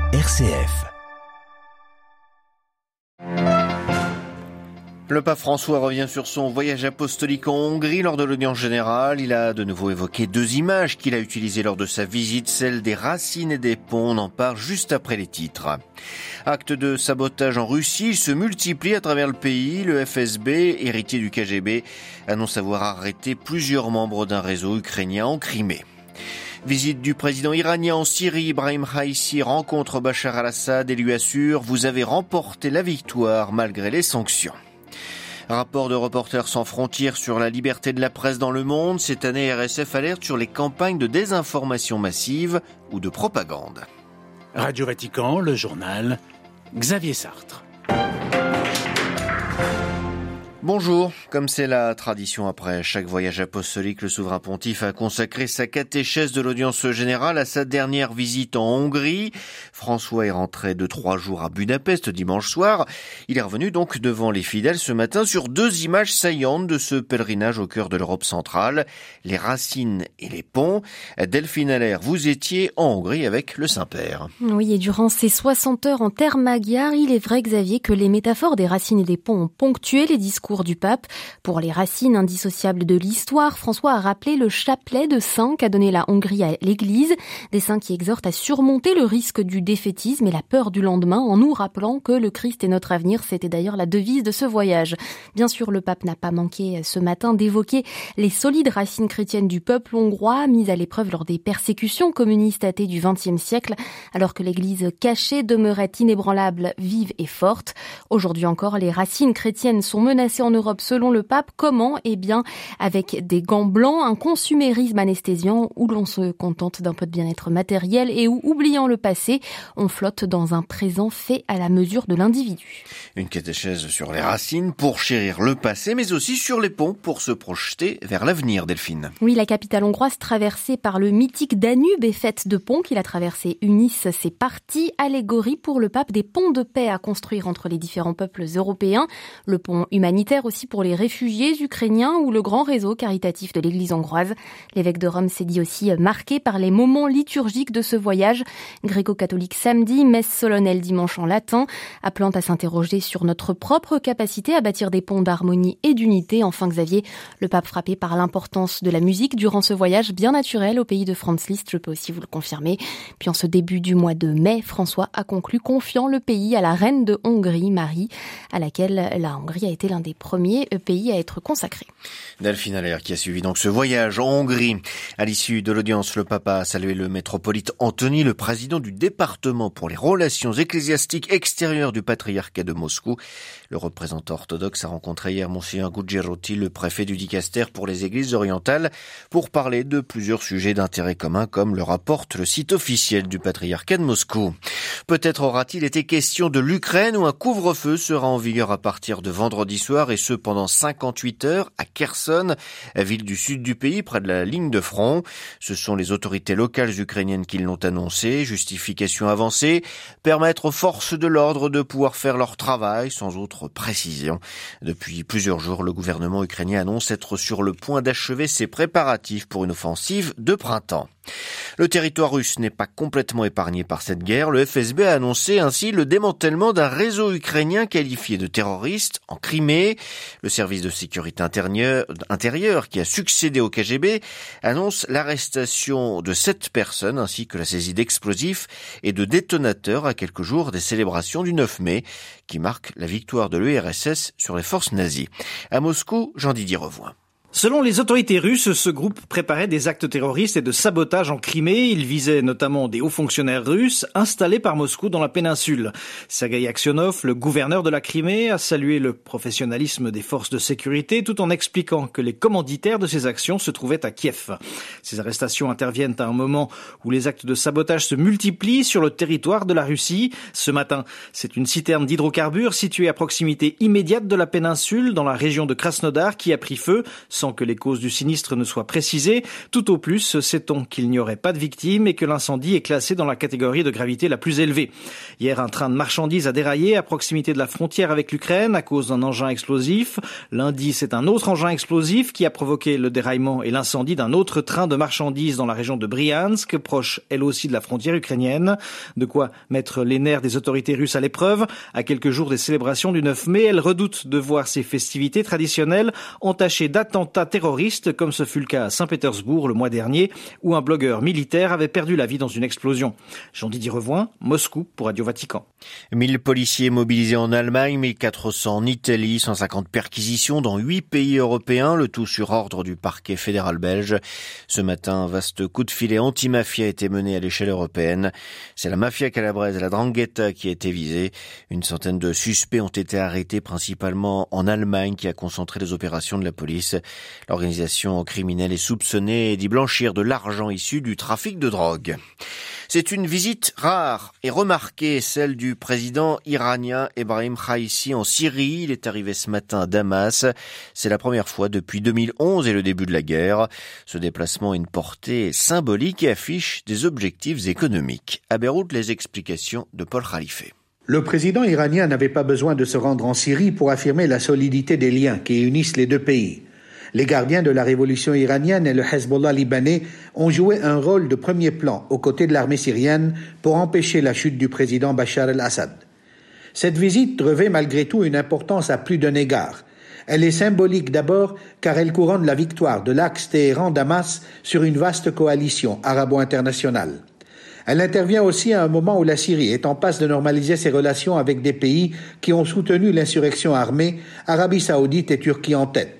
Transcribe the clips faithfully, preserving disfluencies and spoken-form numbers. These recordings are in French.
R C F. Le pape François revient sur son voyage apostolique en Hongrie lors de l'audience générale. Il a de nouveau évoqué deux images qu'il a utilisées lors de sa visite, celle des racines et des ponts. On en parle juste après les titres. Actes de sabotage en Russie, ils se multiplient à travers le pays. Le F S B, héritier du K G B, annonce avoir arrêté plusieurs membres d'un réseau ukrainien en Crimée. Visite du président iranien en Syrie, Ibrahim Raïssi rencontre Bachar al-Assad et lui assure « Vous avez remporté la victoire malgré les sanctions ». Rapport de Reporters sans frontières sur la liberté de la presse dans le monde. Cette année, R S F alerte sur les campagnes de désinformation massive ou de propagande. Radio Vatican, le journal, Xavier Sartre. Bonjour, comme c'est la tradition après chaque voyage apostolique, le souverain pontife a consacré sa catéchèse de l'audience générale à sa dernière visite en Hongrie. François est rentré de trois jours à Budapest dimanche soir. Il est revenu donc devant les fidèles ce matin sur deux images saillantes de ce pèlerinage au cœur de l'Europe centrale, les racines et les ponts. Delphine Allaire, vous étiez en Hongrie avec le Saint-Père. Oui, et durant ces soixante heures en terre magyare, il est vrai, Xavier, que les métaphores des racines et des ponts ont ponctué les discours du pape. Pour les racines indissociables de l'histoire, François a rappelé le chapelet de saints qu'a donné la Hongrie à l'Église, des saints qui exhortent à surmonter le risque du défaitisme et la peur du lendemain en nous rappelant que le Christ est notre avenir. C'était d'ailleurs la devise de ce voyage. Bien sûr, le pape n'a pas manqué ce matin d'évoquer les solides racines chrétiennes du peuple hongrois, mises à l'épreuve lors des persécutions communistes athées du vingtième siècle, alors que l'Église cachée demeurait inébranlable, vive et forte. Aujourd'hui encore, les racines chrétiennes sont menacées en Europe selon le pape. Comment ? Eh bien, avec des gants blancs, un consumérisme anesthésiant où l'on se contente d'un peu de bien-être matériel et où, oubliant le passé, on flotte dans un présent fait à la mesure de l'individu. Une catéchèse sur les racines pour chérir le passé, mais aussi sur les ponts pour se projeter vers l'avenir, Delphine. Oui, la capitale hongroise traversée par le mythique Danube est faite de ponts qu'il a traversés unissent ses parties. Allégorie pour le pape des ponts de paix à construire entre les différents peuples européens. Le pont humanitaire aussi pour les réfugiés ukrainiens ou le grand réseau caritatif de l'église hongroise. L'évêque de Rome s'est dit aussi marqué par les moments liturgiques de ce voyage. Gréco-catholique samedi, messe solennelle dimanche en latin, appelant à s'interroger sur notre propre capacité à bâtir des ponts d'harmonie et d'unité. Enfin, Xavier, le pape frappé par l'importance de la musique durant ce voyage bien naturel au pays de Franz Liszt, je peux aussi vous le confirmer. Puis en ce début du mois de mai, François a conclu confiant le pays à la reine de Hongrie, Marie, à laquelle la Hongrie a été l'un des premiers pays à être consacré. Delphine Allaire qui a suivi donc ce voyage en Hongrie. À l'issue de l'audience, le pape a salué le métropolite Anthony, le président du département pour les relations ecclésiastiques extérieures du patriarcat de Moscou. Le représentant orthodoxe a rencontré hier Monseigneur Gugerotti, le préfet du dicaster pour les églises orientales, pour parler de plusieurs sujets d'intérêt commun, comme le rapporte le site officiel du patriarcat de Moscou. Peut-être aura-t-il été question de l'Ukraine où un couvre-feu sera en vigueur à partir de vendredi soir et ce pendant cinquante-huit heures à Kherson, ville du sud du pays près de la ligne de front. Ce sont les autorités locales ukrainiennes qui l'ont annoncé. Justification avancée, permettre aux forces de l'ordre de pouvoir faire leur travail sans autre précision. Depuis plusieurs jours, le gouvernement ukrainien annonce être sur le point d'achever ses préparatifs pour une offensive de printemps. Le territoire russe n'est pas complètement épargné par cette guerre. Le F S B a annoncé ainsi le démantèlement d'un réseau ukrainien qualifié de terroriste en Crimée. Le service de sécurité intérieure qui a succédé au K G B annonce l'arrestation de sept personnes ainsi que la saisie d'explosifs et de détonateurs à quelques jours des célébrations du neuf mai qui marquent la victoire de l'U R S S sur les forces nazies. À Moscou, Jean-Didier Revoin. Selon les autorités russes, ce groupe préparait des actes terroristes et de sabotage en Crimée. Il visait notamment des hauts fonctionnaires russes installés par Moscou dans la péninsule. Sergueï Aksionov, le gouverneur de la Crimée, a salué le professionnalisme des forces de sécurité tout en expliquant que les commanditaires de ces actions se trouvaient à Kiev. Ces arrestations interviennent à un moment où les actes de sabotage se multiplient sur le territoire de la Russie. Ce matin, c'est une citerne d'hydrocarbures située à proximité immédiate de la péninsule dans la région de Krasnodar qui a pris feu, sans sans que les causes du sinistre ne soient précisées. Tout au plus, sait-on qu'il n'y aurait pas de victimes et que l'incendie est classé dans la catégorie de gravité la plus élevée. Hier, un train de marchandises a déraillé à proximité de la frontière avec l'Ukraine à cause d'un engin explosif. Lundi, c'est un autre engin explosif qui a provoqué le déraillement et l'incendie d'un autre train de marchandises dans la région de Briansk, proche elle aussi de la frontière ukrainienne. De quoi mettre les nerfs des autorités russes à l'épreuve. À quelques jours des célébrations du neuf mai, elles redoutent de voir ces festivités traditionnelles entachées d'attentats terroristes, comme ce fut le cas à Saint-Pétersbourg le mois dernier, où un blogueur militaire avait perdu la vie dans une explosion. Jean-Didier Revoin, Moscou pour Radio Vatican. mille policiers mobilisés en Allemagne, mille quatre cents en Italie, cent cinquante perquisitions dans huit pays européens, le tout sur ordre du parquet fédéral belge. Ce matin, un vaste coup de filet anti-mafia a été mené à l'échelle européenne. C'est la mafia calabraise, la 'Ndrangheta, qui a été visée. Une centaine de suspects ont été arrêtés, principalement en Allemagne, qui a concentré les opérations de la police. L'organisation criminelle est soupçonnée d'y blanchir de l'argent issu du trafic de drogue. C'est une visite rare et remarquée, celle du président iranien Ebrahim Raïssi en Syrie. Il est arrivé ce matin à Damas. C'est la première fois depuis deux mille onze et le début de la guerre. Ce déplacement a une portée symbolique et affiche des objectifs économiques. À Beyrouth, les explications de Paul Khalife. Le président iranien n'avait pas besoin de se rendre en Syrie pour affirmer la solidité des liens qui unissent les deux pays. Les gardiens de la révolution iranienne et le Hezbollah libanais ont joué un rôle de premier plan aux côtés de l'armée syrienne pour empêcher la chute du président Bachar el-Assad. Cette visite revêt malgré tout une importance à plus d'un égard. Elle est symbolique d'abord car elle couronne la victoire de l'axe Téhéran-Damas sur une vaste coalition arabo-internationale. Elle intervient aussi à un moment où la Syrie est en passe de normaliser ses relations avec des pays qui ont soutenu l'insurrection armée, Arabie Saoudite et Turquie en tête.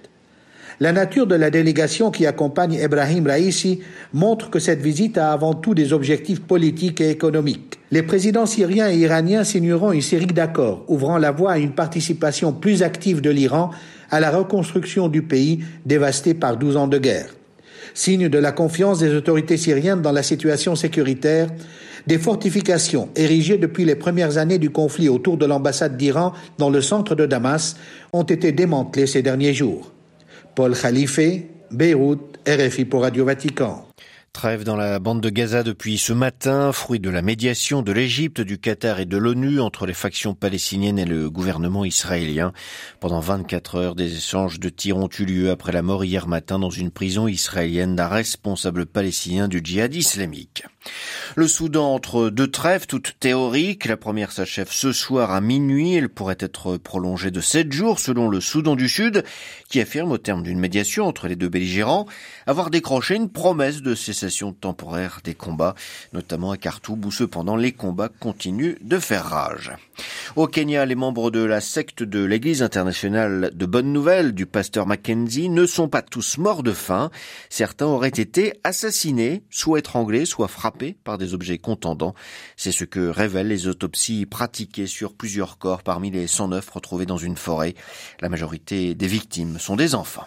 La nature de la délégation qui accompagne Ebrahim Raïssi montre que cette visite a avant tout des objectifs politiques et économiques. Les présidents syriens et iraniens signeront une série d'accords ouvrant la voie à une participation plus active de l'Iran à la reconstruction du pays dévasté par douze ans de guerre. Signe de la confiance des autorités syriennes dans la situation sécuritaire, des fortifications érigées depuis les premières années du conflit autour de l'ambassade d'Iran dans le centre de Damas ont été démantelées ces derniers jours. Paul Khalife, Beyrouth, R F I pour Radio Vatican. Trêve dans la bande de Gaza depuis ce matin, fruit de la médiation de l'Égypte, du Qatar et de l'ONU entre les factions palestiniennes et le gouvernement israélien. Pendant vingt-quatre heures, des échanges de tirs ont eu lieu après la mort hier matin dans une prison israélienne d'un responsable palestinien du djihad islamique. Le Soudan entre deux trêves, toutes théoriques. La première s'achève ce soir à minuit. Elle pourrait être prolongée de sept jours selon le Soudan du Sud, qui affirme au terme d'une médiation entre les deux belligérants avoir décroché une promesse de cessation temporaire des combats, notamment à Khartoum où cependant les combats continuent de faire rage. Au Kenya, les membres de la secte de l'Église internationale de Bonne Nouvelle du pasteur Mackenzie ne sont pas tous morts de faim. Certains auraient été assassinés, soit étranglés, soit frappés par des objets contondants. C'est ce que révèlent les autopsies pratiquées sur plusieurs corps parmi les cent neuf retrouvés dans une forêt. La majorité des victimes sont des enfants.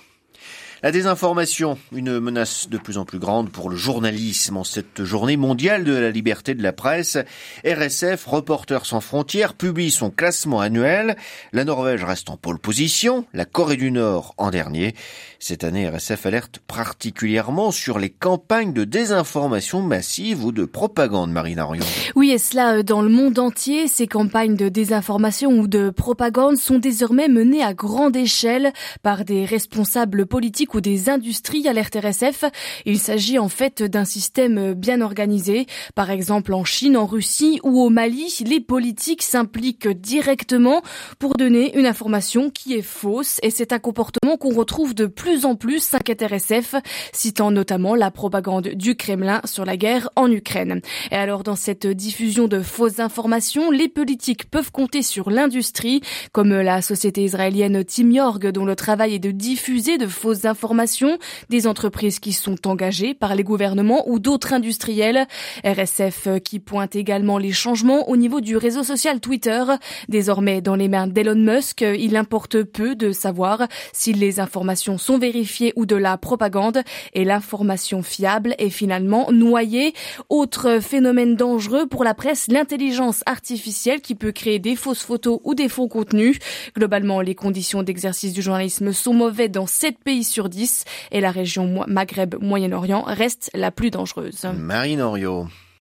La désinformation, une menace de plus en plus grande pour le journalisme en cette journée mondiale de la liberté de la presse. R S F, Reporters sans frontières, publie son classement annuel. La Norvège reste en pole position, la Corée du Nord en dernier. Cette année, R S F alerte particulièrement sur les campagnes de désinformation massive ou de propagande, Marine Arion. Oui, et cela dans le monde entier. Ces campagnes de désinformation ou de propagande sont désormais menées à grande échelle par des responsables politiques ou des industries, alerte R S F. Il s'agit en fait d'un système bien organisé. Par exemple, en Chine, en Russie ou au Mali, les politiques s'impliquent directement pour donner une information qui est fausse. Et c'est un comportement qu'on retrouve de plus en plus, s'inquiète R S F, citant notamment la propagande du Kremlin sur la guerre en Ukraine. Et alors, dans cette diffusion de fausses informations, les politiques peuvent compter sur l'industrie, comme la société israélienne Team York, dont le travail est de diffuser de fausses informations Informations, des entreprises qui sont engagées par les gouvernements ou d'autres industriels. R S F qui pointe également les changements au niveau du réseau social Twitter. Désormais dans les mains d'Elon Musk, il importe peu de savoir si les informations sont vérifiées ou de la propagande et l'information fiable est finalement noyée. Autre phénomène dangereux pour la presse, l'intelligence artificielle qui peut créer des fausses photos ou des faux contenus. Globalement, les conditions d'exercice du journalisme sont mauvaises dans sept pays sur dix et la région Maghreb-Moyen-Orient reste la plus dangereuse. Marine Henriot.